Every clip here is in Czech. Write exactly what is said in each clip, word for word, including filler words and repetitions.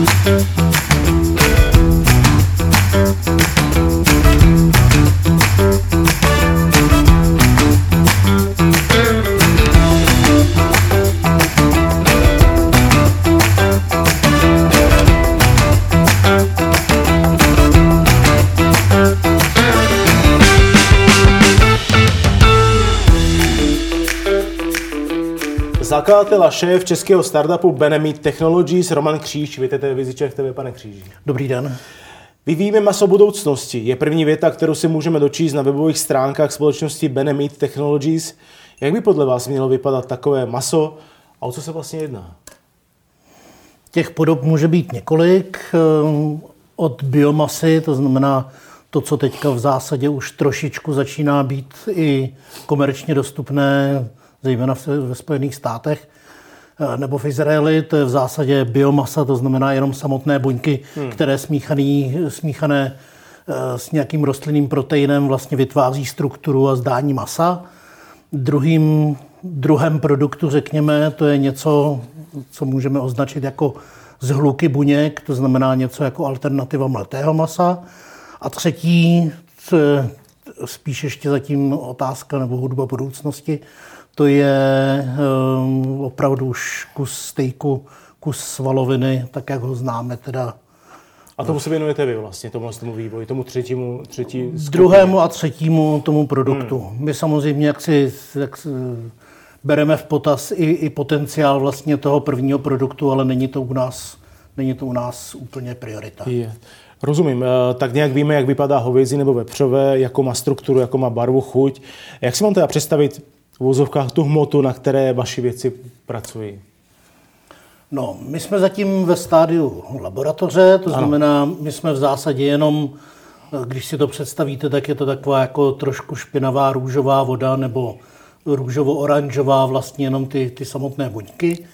Zakladatel a šéf českého startupu Benemeat Technologies Roman Kříž. Vítejte v Vizičech T V, pane Kříži. Dobrý den. Vyvíjíme maso budoucnosti. Je první věta, kterou si můžeme dočíst na webových stránkách společnosti Benemeat Technologies. Jak by podle vás mělo vypadat takové maso a o co se vlastně jedná? Těch podob může být několik. Od biomasy, to znamená to, co teďka v zásadě už trošičku začíná být i komerčně dostupné, zejména ve Spojených státech nebo v Izraeli, to je v zásadě biomasa, to znamená jenom samotné buňky, hmm. které smíchaný, smíchané s nějakým rostlinným proteinem vlastně vytváří strukturu a zdání masa. Druhým druhem produktu, řekněme, to je něco, co můžeme označit jako zhluky buněk, to znamená něco jako alternativa mletého masa. A třetí, co je spíš ještě zatím otázka nebo hudba budoucnosti, to je um, opravdu už kus stejku, kus svaloviny, tak jak ho známe teda. A tomu se věnujete vy vlastně, tomu, tomu vývoji, tomu třetímu, třetí skupině. Druhému a třetímu tomu produktu. Hmm. My samozřejmě jak si, jak si bereme v potaz i, i potenciál vlastně toho prvního produktu, ale není to u nás, není to u nás úplně priorita. Je. Rozumím. Tak nějak víme, jak vypadá hovězí nebo vepřové, jakou má strukturu, jakou má barvu, chuť. Jak si mám teda představit v uvozovkách tu hmotu, na které vaši vědci pracují? No, my jsme zatím ve stádiu laboratoře, to ano. znamená, my jsme v zásadě jenom, když si to představíte, tak je to taková jako trošku špinavá růžová voda nebo růžovo-oranžová, vlastně jenom ty, ty samotné buňky.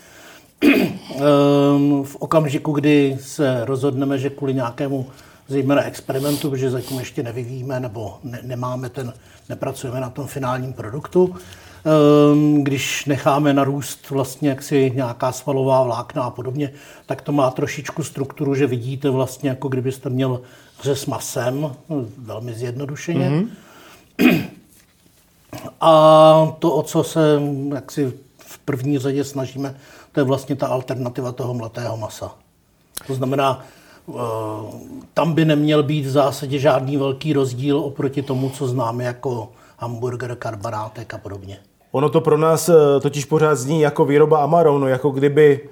V okamžiku, kdy se rozhodneme, že kvůli nějakému zejména experimentu, protože zatím ještě nevyvíjíme nebo ne, nemáme ten, nepracujeme na tom finálním produktu, když necháme narůst vlastně jaksi nějaká svalová vlákna a podobně, tak to má trošičku strukturu, že vidíte vlastně, jako kdybyste měl řez masem, velmi zjednodušeně. Mm-hmm. A to, o co se jaksi v první řadě snažíme, to je vlastně ta alternativa toho mletého masa. To znamená, tam by neměl být v zásadě žádný velký rozdíl oproti tomu, co známe jako hamburger, karbanátek a podobně. Ono to pro nás totiž pořád zní jako výroba amaronu, jako kdyby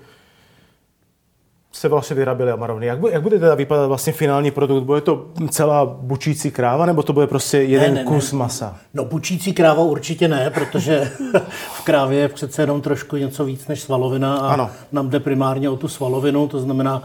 se vlastně vyráběly amarony. Jak bude, jak bude teda vypadat vlastně finální produkt? Bude to celá bučící kráva, nebo to bude prostě jeden ne, ne, kus ne. masa? No bučící kráva určitě ne, protože v krávě je přece jenom trošku něco víc než svalovina a ano. nám jde primárně o tu svalovinu, to znamená,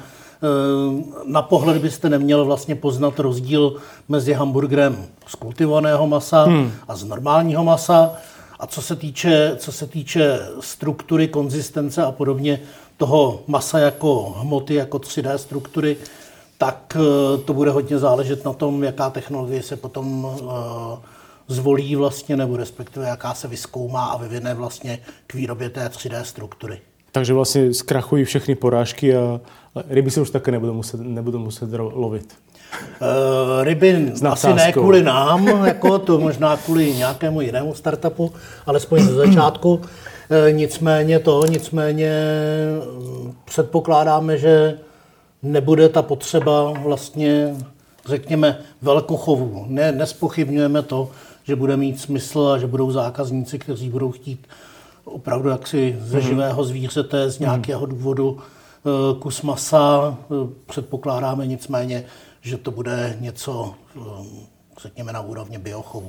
na pohled byste neměl vlastně poznat rozdíl mezi hamburgerem z kultivovaného masa hmm. a z normálního masa. A co se týče, co se týče struktury, konzistence a podobně toho masa jako hmoty, jako tři dé struktury, tak to bude hodně záležet na tom, jaká technologie se potom uh, zvolí vlastně, nebo respektive jaká se vyzkoumá a vyvine vlastně k výrobě té tři dé struktury. Takže vlastně zkrachují všechny porážky a ryby se už také nebudou muset, nebudou muset lovit. Uh, ryby asi ne kvůli nám, jako to možná kvůli nějakému jinému startupu, alespoň ze začátku. E, nicméně to, nicméně předpokládáme, že nebude ta potřeba vlastně, řekněme, velkochovů. Ne, nespochybňujeme to, že bude mít smysl a že budou zákazníci, kteří budou chtít opravdu jaksi ze živého zvířete z nějakého důvodu e, kus masa. E, předpokládáme nicméně, že to bude něco, řekněme, na úrovni biochovu.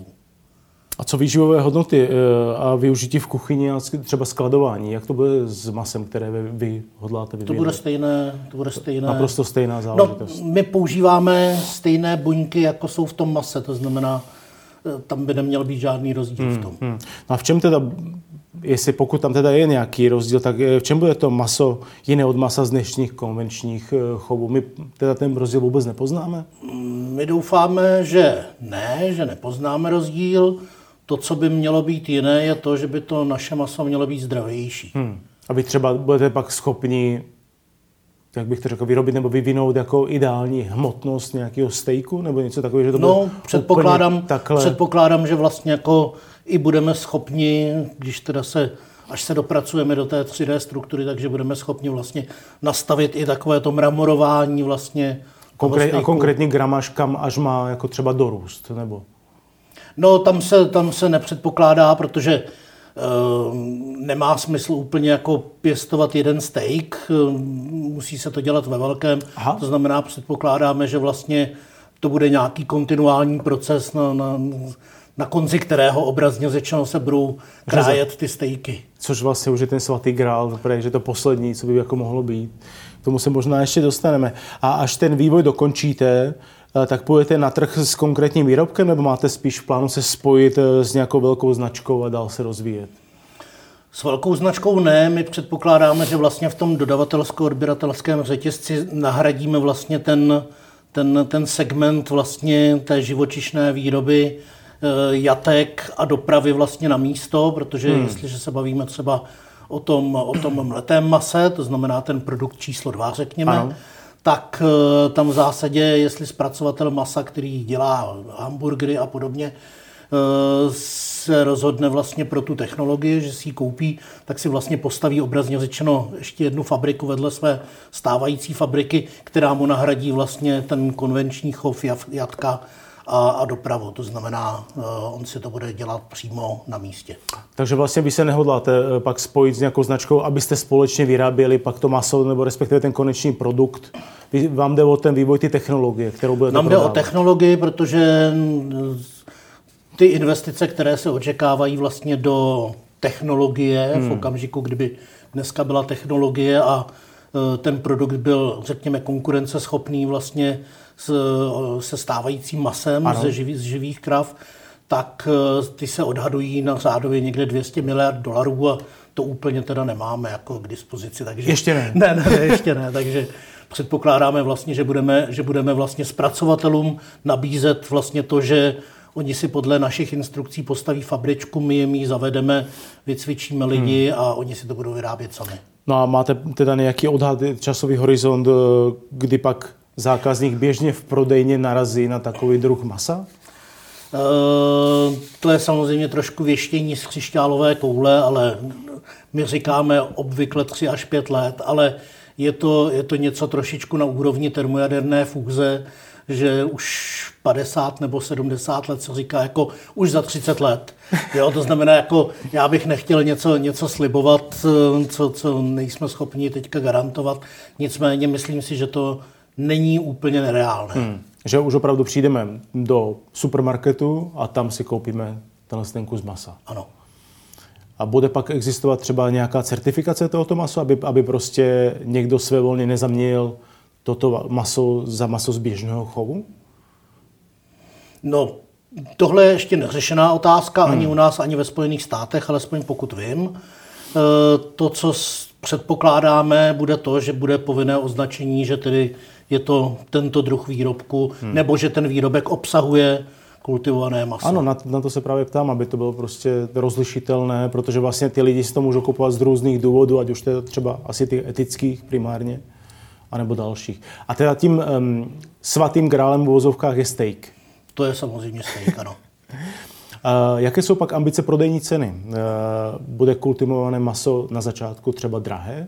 A co výživové hodnoty a využití v kuchyni a třeba skladování? Jak to bude s masem, které vy, vy hodláte vyvíjet? To bude stejné. To bude stejné. Naprosto stejná záležitost. No, my používáme stejné buňky, jako jsou v tom mase, to znamená, tam by neměl být žádný rozdíl hmm, v tom. Hmm. A v čem teda, jestli pokud tam teda je nějaký rozdíl, tak v čem bude to maso jiné od masa z dnešních konvenčních chovů? My teda ten rozdíl vůbec nepoznáme? My doufáme, že ne, že nepoznáme rozdíl. To, co by mělo být jiné, je to, že by to naše maso mělo být zdravější. Hmm. A vy třeba budete pak schopni jak bych to řekl, vyrobit nebo vyvinout jako ideální hmotnost nějakého stejku nebo něco takového, že to no, bude předpokládám, takhle... předpokládám, že vlastně jako i budeme schopni, když teda se, až se dopracujeme do té tři dé struktury, takže budeme schopni vlastně nastavit i takové to mramorování vlastně. Konkrét, a konkrétní gramáž, kam až má jako třeba dorůst, nebo? No, tam se, tam se nepředpokládá, protože uh, nemá smysl úplně jako pěstovat jeden steak, uh, musí se to dělat ve velkém. Aha. To znamená, předpokládáme, že vlastně to bude nějaký kontinuální proces, na, na, na konci kterého obrazně řečeno se budou krájet ty stejky. Což vlastně už je ten svatý grál, že to poslední, co by jako mohlo být. K tomu se možná ještě dostaneme. A až ten vývoj dokončíte, tak půjdete na trh s konkrétním výrobkem, nebo máte spíš v plánu se spojit s nějakou velkou značkou a dál se rozvíjet? S velkou značkou ne, my předpokládáme, že vlastně v tom dodavatelsko-odběratelském řetězci nahradíme vlastně ten, ten, ten segment vlastně té živočišné výroby jatek a dopravy vlastně na místo, protože hmm. jestliže se bavíme třeba o tom, o tom mletém mase, to znamená ten produkt číslo dva, řekněme, ano. tak tam v zásadě, jestli zpracovatel masa, který dělá hamburgery a podobně, se rozhodne vlastně pro tu technologii, že si ji koupí, tak si vlastně postaví obrazně řečeno ještě jednu fabriku vedle své stávající fabriky, která mu nahradí vlastně ten konvenční chov jatka a, a dopravu. To znamená, on si to bude dělat přímo na místě. Takže vlastně vy se nehodláte pak spojit s nějakou značkou, abyste společně vyráběli pak to maso, nebo respektive ten konečný produkt. Vám jde o ten vývoj, ty technologie, kterou budete Nám prodávat. jde o technologii, protože ty investice, které se očekávají vlastně do technologie, hmm. v okamžiku, kdyby dneska byla technologie a ten produkt byl, řekněme, konkurenceschopný vlastně se stávajícím masem ze živých, z živých krav, tak ty se odhadují na řádově někde dvě stě miliard dolarů a to úplně teda nemáme jako k dispozici. Takže, ještě ne. Ne, ne, ne, ještě ne. Takže předpokládáme vlastně, že budeme, že budeme vlastně zpracovatelům nabízet vlastně to, že oni si podle našich instrukcí postaví fabričku, my jim ji zavedeme, vycvičíme lidi hmm. a oni si to budou vyrábět sami. No a máte teda nějaký odhad, časový horizont, kdy pak zákazník běžně v prodejně narazí na takový druh masa? E, to je samozřejmě trošku věštění z křišťálové koule, ale my říkáme obvykle tři až pět let, ale je to, je to něco trošičku na úrovni termojaderné fúze, že už padesát nebo sedmdesát let se říká jako už za třicet let. Jo, to znamená, jako já bych nechtěl něco, něco slibovat, co, co nejsme schopni teďka garantovat. Nicméně myslím si, že to není úplně nereálné. Hmm. Že už opravdu přijdeme do supermarketu a tam si koupíme tenhle ten kus masa. Ano. A bude pak existovat třeba nějaká certifikace tohoto masu, aby, aby prostě někdo svévolně nezaměnil toto maso za maso z běžného chovu? No, tohle je ještě neřešená otázka, hmm. ani u nás, ani ve Spojených státech, alespoň pokud vím. To, co předpokládáme, bude to, že bude povinné označení, že tedy je to tento druh výrobku, hmm. nebo že ten výrobek obsahuje kultivované maso. Ano, na, na to se právě ptám, aby to bylo prostě rozlišitelné, protože vlastně ty lidi si to můžou kupovat z různých důvodů, ať už to je třeba asi těch etických primárně, anebo dalších. A teda tím um, svatým grálem v uvozovkách je steak. To je samozřejmě steak, ano. Uh, jaké jsou pak ambice prodejní ceny? Uh, bude kultivované maso na začátku třeba drahé?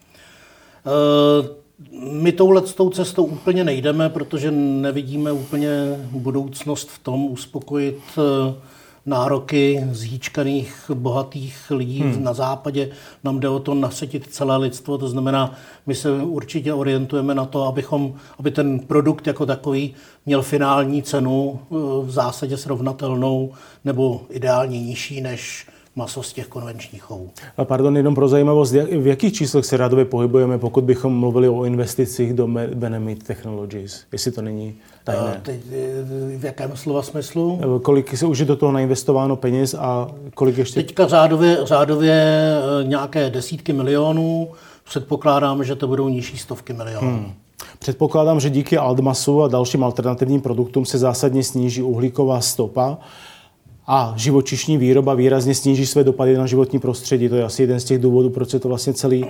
Uh, my touhletou cestou úplně nejdeme, protože nevidíme úplně budoucnost v tom uspokojit uh, nároky zhýčkaných, bohatých lidí hmm. na západě. Nám jde o to nasytit celé lidstvo, to znamená, my se určitě orientujeme na to, abychom, aby ten produkt jako takový měl finální cenu v zásadě srovnatelnou nebo ideálně nižší než maso z těch konvenčních chovů. A pardon, jenom pro zajímavost, v jakých číslech se rádově pohybujeme, pokud bychom mluvili o investicích do Benemeat Technologies, jestli to není tajné? Teď, v jakém slova smyslu? Kolik se už je do toho nainvestováno peněz a kolik ještě? Teďka řádově, řádově nějaké desítky milionů, předpokládám, že to budou nižší stovky milionů. Hmm. Předpokládám, že díky Altmasu a dalším alternativním produktům se zásadně sníží uhlíková stopa a živočišní výroba výrazně sníží své dopady na životní prostředí. To je asi jeden z těch důvodů, proč se to vlastně celý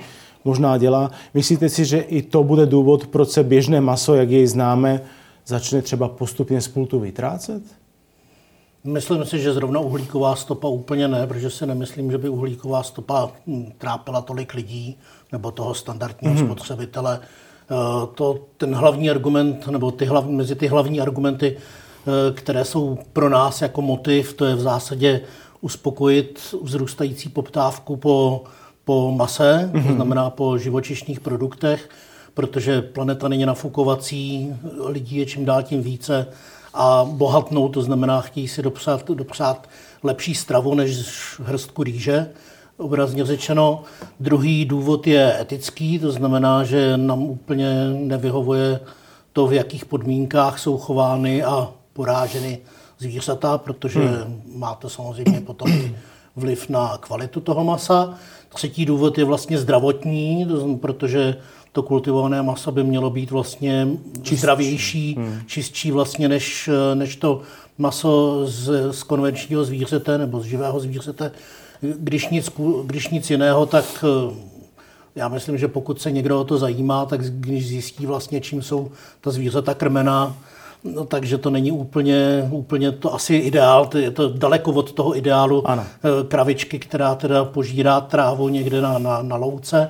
možná dělá. Myslíte si, že i to bude důvod, proč se běžné maso, jak jej známe, začne třeba postupně z pultu vytrácet? Myslím si, že zrovna uhlíková stopa úplně ne, protože si nemyslím, že by uhlíková stopa trápila tolik lidí nebo toho standardního mm-hmm. spotřebitele. To, ten hlavní argument, nebo ty hlavní, mezi ty hlavní argumenty, které jsou pro nás jako motiv, to je v zásadě uspokojit vzrůstající poptávku po, po mase, mm-hmm. to znamená po živočišných produktech, protože planeta není nafukovací, lidí je čím dál tím více a bohatnou, to znamená chtějí si dopřát, dopřát lepší stravu než hrstku rýže, obrazně řečeno. Druhý důvod je etický, to znamená, že nám úplně nevyhovuje to, v jakých podmínkách jsou chovány a poráženy zvířata, protože hmm. má to samozřejmě potom vliv na kvalitu toho masa. Třetí důvod je vlastně zdravotní, protože to kultivované maso by mělo být vlastně čistší. zdravější, hmm. čistší vlastně než, než to maso z, z konvenčního zvířete nebo z živého zvířete. Když nic, když nic jiného, tak já myslím, že pokud se někdo o to zajímá, tak když zjistí vlastně, čím jsou ta zvířata krmená, no, takže to není úplně, úplně to asi ideál, to je to daleko od toho ideálu ano. kravičky, která teda požírá trávu někde na, na, na louce.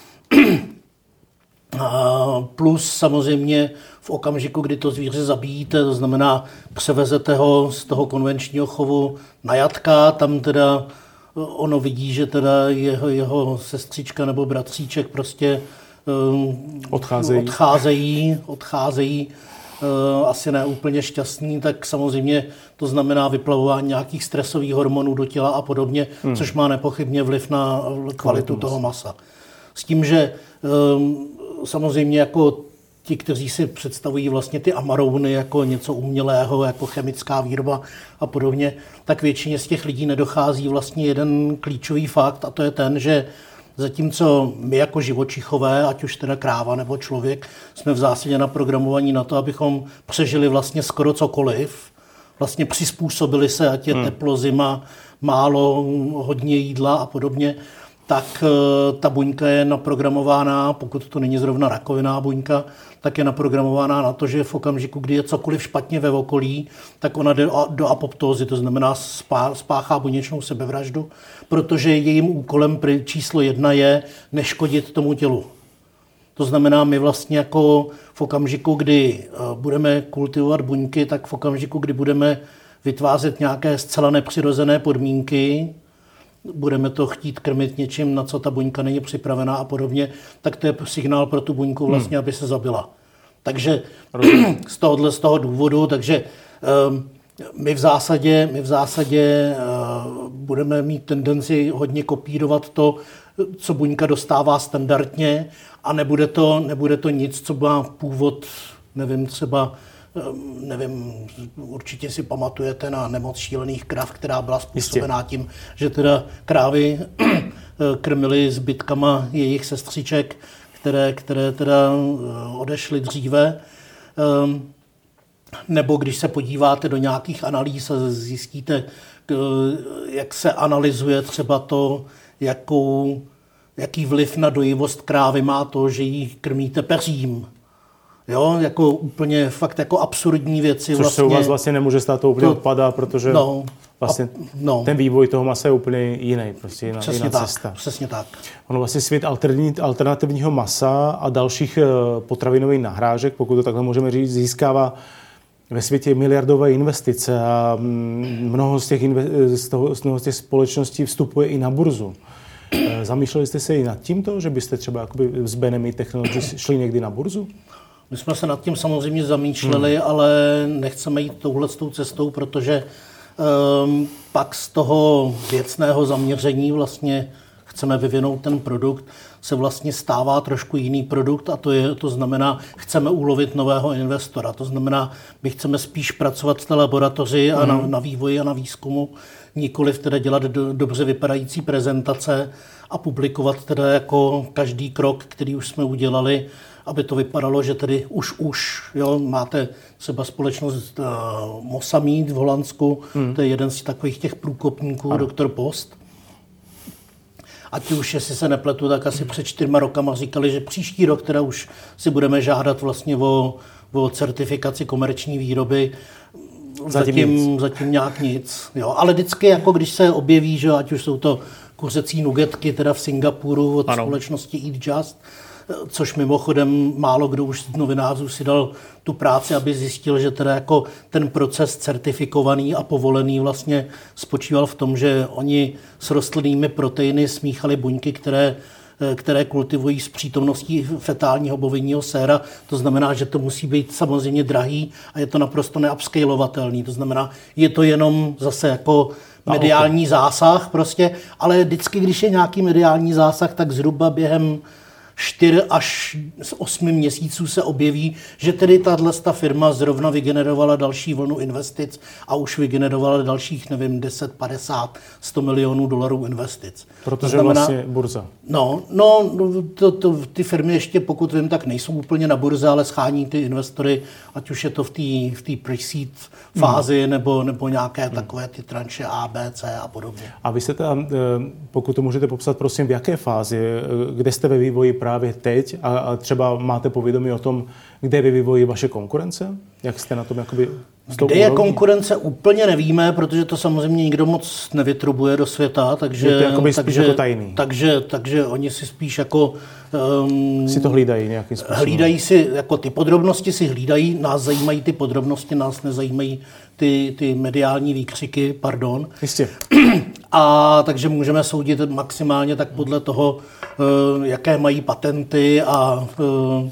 A plus samozřejmě v okamžiku, kdy to zvíře zabíjíte, to znamená převezete ho z toho konvenčního chovu na jatka, tam teda ono vidí, že teda jeho, jeho sestřička nebo bratříček prostě um, odcházejí, odcházejí, odcházejí uh, asi ne úplně šťastní, tak samozřejmě to znamená vyplavování nějakých stresových hormonů do těla a podobně, hmm. což má nepochybně vliv na kvalitu toho masa. S tím, že um, samozřejmě jako ti, kteří si představují vlastně ty amarouny jako něco umělého, jako chemická výroba a podobně, tak většině z těch lidí nedochází vlastně jeden klíčový fakt a to je ten, že zatímco my jako živočichové, ať už teda kráva nebo člověk, jsme v zásadě naprogramovaní na to, abychom přežili vlastně skoro cokoliv, vlastně přizpůsobili se, ať je hmm. teplo, zima, málo, hodně jídla a podobně, tak ta buňka je naprogramována, pokud to není zrovna rakoviná buňka, tak je naprogramována na to, že v okamžiku, kdy je cokoliv špatně ve okolí, tak ona jde do apoptózy, to znamená spáchá buněčnou sebevraždu, protože jejím úkolem číslo jedna je neškodit tomu tělu. To znamená, my vlastně jako v okamžiku, kdy budeme kultivovat buňky, tak v okamžiku, kdy budeme vytvářet nějaké zcela nepřirozené podmínky, budeme to chtít krmit něčím, na co ta buňka není připravená a podobně, tak to je signál pro tu buňku vlastně, hmm. aby se zabila. Takže z tohohle, z toho důvodu, takže um, my v zásadě, my v zásadě uh, budeme mít tendenci hodně kopírovat to, co buňka dostává standardně a nebude to, nebude to nic, co má původ, nevím, třeba nevím, určitě si pamatujete na nemoc šílených krav, která byla způsobená tím, že teda krávy krmily zbytkama jejich sestřiček, které, které teda odešly dříve. Nebo když se podíváte do nějakých analýz a zjistíte, jak se analyzuje třeba to, jakou, jaký vliv na dojivost krávy má to, že ji krmíte peřím. Jo, jako úplně fakt jako absurdní věci. Což vlastně, se u vás vlastně nemůže stát, to úplně to, odpadá, protože no, vlastně a, no. ten vývoj toho masa je úplně jiný, prostě jiná, přesně jiná tak, cesta. Přesně tak. Ono vlastně svět alternativního masa a dalších potravinových nahrážek, pokud to takhle můžeme říct, získává ve světě miliardové investice a mnoho z těch, z toho, mnoho z těch společností vstupuje i na burzu. Zamýšleli jste se i nad tímto, že byste třeba jakoby z Benemy Technologies šli někdy na burzu? My jsme se nad tím samozřejmě zamýšleli, hmm. ale nechceme jít touhletou cestou, protože um, pak z toho věcného zaměření vlastně chceme vyvinout ten produkt, se vlastně stává trošku jiný produkt a to, je, to znamená, chceme ulovit nového investora. To znamená, my chceme spíš pracovat v té laboratoři a na, na vývoji a na výzkumu, nikoliv teda dělat do, dobře vypadající prezentace a publikovat teda jako každý krok, který už jsme udělali, aby to vypadalo, že tedy už už, jo, máte třeba společnost uh, Mosamid v Holandsku, hmm. to je jeden z takových těch průkopníků, ano. doktor Post. ať už, jestli se nepletu, tak asi před čtyřma rokama říkali, že příští rok teda už si budeme žádat vlastně o, o certifikaci komerční výroby. Zatím, zatím, zatím nějak nic. Jo. Ale vždycky, jako když se objeví, že ať už jsou to kuřecí nugetky teda v Singapuru od ano. společnosti Eat Just, což mimochodem málo kdo už z novinářů si dal tu práci, aby zjistil, že teda jako ten proces certifikovaný a povolený vlastně spočíval v tom, že oni s rostlinnými proteiny smíchali buňky, které které kultivují s přítomností fetálního bovinního séra. To znamená, že to musí být samozřejmě drahý a je to naprosto neupscalovatelný. To znamená, je to jenom zase jako mediální zásah prostě, ale vždycky, když je nějaký mediální zásah, tak zhruba během čtyři až osmi měsíců se objeví, že tedy tato firma zrovna vygenerovala další vlnu investic a už vygenerovala dalších, nevím, deset, padesát, sto milionů dolarů investic. Protože znamená, vlastně burza. No, no to, to, ty firmy ještě, pokud vím, tak nejsou úplně na burze, ale schání ty investory, ať už je to v té v té pre-seed fázi, hmm. nebo, nebo nějaké hmm. takové ty tranše A, B, C a podobně. A vy jste tam, pokud to můžete popsat, prosím, v jaké fázi, kde jste ve vývoji právě teď a, a třeba máte povědomí o tom, kde je ve vývoji vaše konkurence? Jak jste na tom jakoby Kde je konkurence, úplně nevíme, protože to samozřejmě nikdo moc nevytrubuje do světa, takže, je to takže, jako tajný. takže, takže oni si spíš jako... Um, si to hlídají nějakým způsobem. Hlídají si, jako ty podrobnosti si hlídají, nás zajímají ty podrobnosti, nás nezajímají ty, ty mediální výkřiky, pardon. Jistě. A takže můžeme soudit maximálně tak podle toho, uh, jaké mají patenty a... Uh,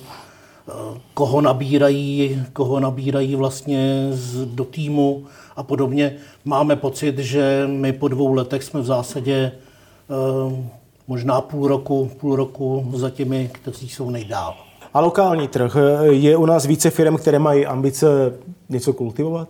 koho nabírají, koho nabírají vlastně z, do týmu a podobně. Máme pocit, že my po dvou letech jsme v zásadě eh, možná půl roku, půl roku za těmi, kteří jsou nejdál. A lokální trh? Je u nás více firm, které mají ambice něco kultivovat?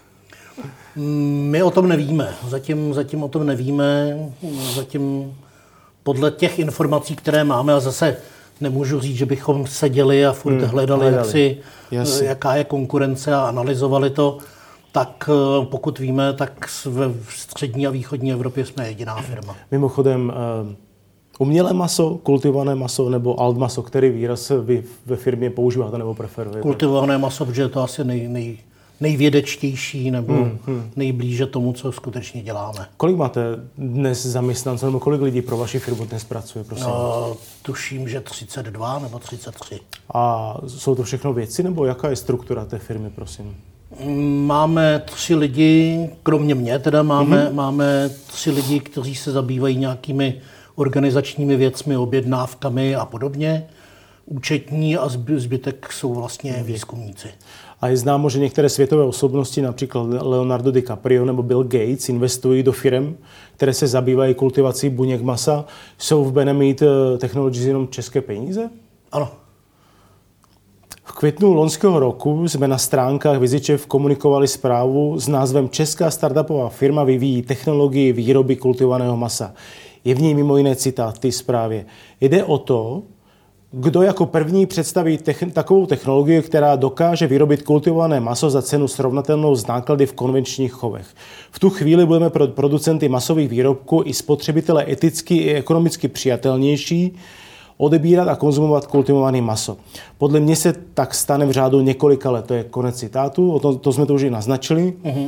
My o tom nevíme. Zatím, zatím o tom nevíme. Zatím podle těch informací, které máme, a zase nemůžu říct, že bychom seděli a furt hmm, hledali, hledali. Jak si, jaká je konkurence a analyzovali to, tak pokud víme, tak ve střední a východní Evropě jsme jediná firma. Mimochodem, umělé maso, kultivované maso nebo alt maso, který výraz vy ve firmě používáte nebo preferujete? Kultivované maso, protože je to asi nej, nej, nejvědečtější nebo hmm, hmm. nejblíže tomu, co skutečně děláme. Kolik máte dnes zaměstnanců nebo kolik lidí pro vaši firmu dnes pracuje, prosím? No, tuším, že třicet dva nebo třicet tři. A jsou to všechno věci nebo jaká je struktura té firmy, prosím? Máme tři lidi, kromě mě teda máme, mm-hmm. máme tři lidi, kteří se zabývají nějakými organizačními věcmi, objednávkami a podobně. Účetní a zbytek jsou vlastně výzkumníci. A je známo, že některé světové osobnosti, například Leonardo DiCaprio nebo Bill Gates, investují do firm, které se zabývají kultivací buněk masa. Jsou v Benamid Technologies jenom české peníze? Ano. V květnu loňského roku jsme na stránkách Vizičev komunikovali zprávu s názvem Česká startupová firma vyvíjí technologii výroby kultivovaného masa. Je v ní mimo jiné citát v té zprávě. Jde o to, kdo jako první představí techn- takovou technologii, která dokáže vyrobit kultivované maso za cenu srovnatelnou s náklady v konvenčních chovech. V tu chvíli budeme pro producenty masových výrobků i spotřebitele eticky i ekonomicky přijatelnější odebírat a konzumovat kultivované maso. Podle mě se tak stane v řádu několika let. To je konec citátu, o to, to jsme to už i naznačili. Mm-hmm.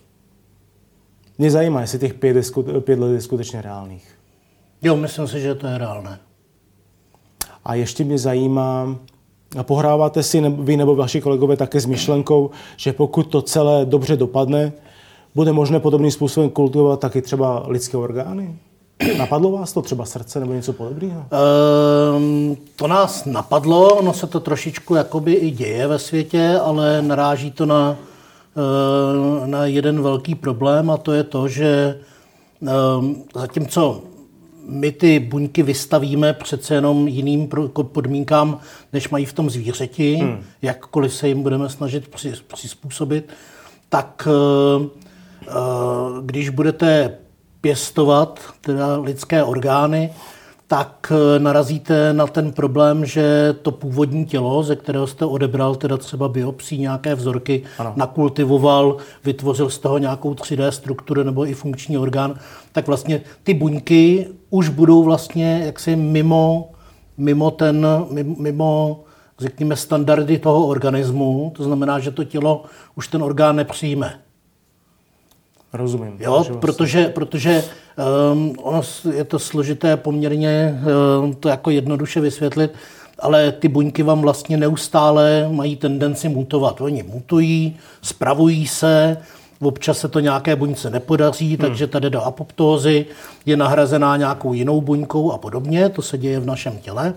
Mě zajímá, jestli těch pět, pět let je skutečně reálných. Jo, myslím si, že to je reálné. A ještě mě zajímá, a pohráváte si nebo vy nebo vaši kolegové také s myšlenkou, že pokud to celé dobře dopadne, bude možné podobným způsobem kultivovat taky třeba lidské orgány? Napadlo vás to třeba srdce nebo něco podobného? Um, to nás napadlo, ono se to trošičku jakoby i děje ve světě, ale naráží to na, uh, na jeden velký problém a to je to, že um, zatímco my ty buňky vystavíme přece jenom jiným podmínkám, než mají v tom zvířeti, hmm. jakkoliv se jim budeme snažit přizpůsobit, tak uh, uh, když budete pěstovat teda lidské orgány, tak narazíte na ten problém, že to původní tělo, ze kterého jste odebral teda třeba biopsí, nějaké vzorky, ano. nakultivoval, vytvořil z toho nějakou tři dé strukturu nebo i funkční orgán, tak vlastně ty buňky už budou vlastně jaksi mimo, mimo ten, mimo, řekněme, standardy toho organismu. To znamená, že to tělo už ten orgán nepřijme. Rozumím. Jo, vlastně. protože, protože um, ono je to složité poměrně um, to jako jednoduše vysvětlit, ale ty buňky vám vlastně neustále mají tendenci mutovat. Oni mutují, spravují se, občas se to nějaké buňce nepodaří, hmm. takže tady do apoptózy je nahrazená nějakou jinou buňkou a podobně. To se děje v našem těle.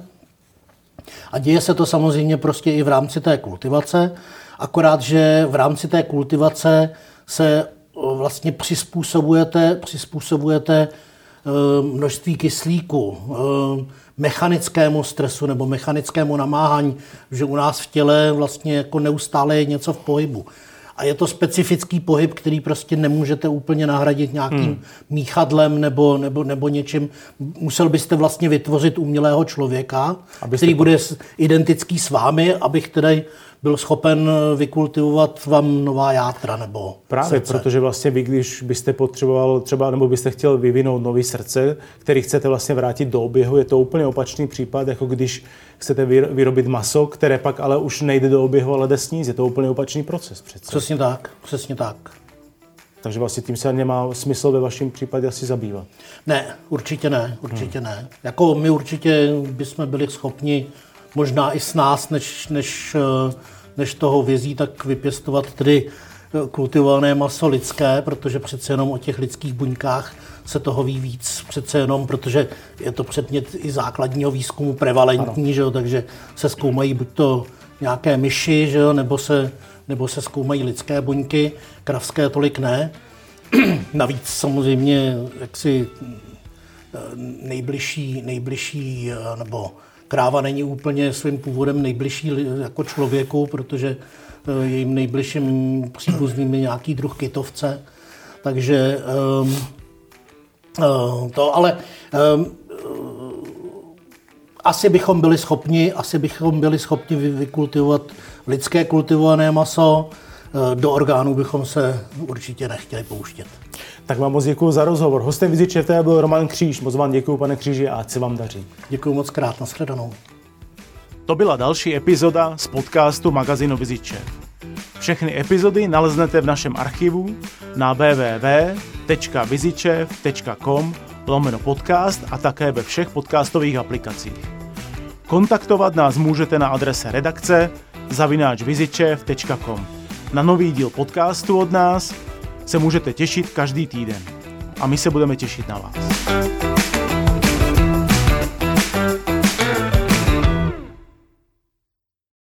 A děje se to samozřejmě prostě i v rámci té kultivace, akorát, že v rámci té kultivace se vlastně přizpůsobujete, přizpůsobujete množství kyslíku, mechanickému stresu nebo mechanickému namáhání, že u nás v těle vlastně jako neustále je něco v pohybu. A je to specifický pohyb, který prostě nemůžete úplně nahradit nějakým hmm. míchadlem nebo, nebo, nebo něčím. Musel byste vlastně vytvořit umělého člověka, abyste který po... bude identický s vámi, abych tedy byl schopen vykultivovat vám nová játra nebo Právě, srdce. Protože vlastně vy, když byste potřeboval třeba, nebo byste chtěl vyvinout nový srdce, který chcete vlastně vrátit do oběhu, je to úplně opačný případ, jako když chcete vyrobit maso, které pak ale už nejde do oběhu, ale jde sníst. Je to úplně opačný proces přece. Přesně tak, přesně tak. Takže vlastně tím se nemá smysl ve vašem případě asi zabývat. Ne, určitě ne, určitě hmm. ne. Jako my určitě bychom byli schopni možná i s nás, než, než, než toho vězí, tak vypěstovat tedy kultivované maso lidské, protože přece jenom o těch lidských buňkách se toho ví víc, přece jenom, protože je to předmět i základního výzkumu prevalentní, že jo, takže se zkoumají buď to nějaké myši, že jo, nebo se, nebo se zkoumají lidské buňky, kravské tolik ne. Navíc samozřejmě jaksi nejbližší, nejbližší nebo kráva není úplně svým původem nejbližší jako člověku, protože jejím nejbližším příbuzným je nějaký druh kytovce. Takže um, um, to, ale um, asi bychom byli schopni, asi bychom byli schopni vykultivovat lidské kultivované maso. Do orgánů bychom se určitě nechtěli pouštět. Tak vám moc děkuji za rozhovor. Hostem Viziče té byl Roman Kříž. Moc vám děkuji, pane Kříži, a ať se vám daří. Děkuji moc krát, nashledanou. To byla další epizoda z podcastu magazínu Viziče. Všechny epizody naleznete v našem archivu na w w w tečka vizičev tečka com lomeno podcast a také ve všech podcastových aplikacích. Kontaktovat nás můžete na adrese redakce zavináč vizičev tečka com. Na nový díl podcastu od nás se můžete těšit každý týden. A my se budeme těšit na vás.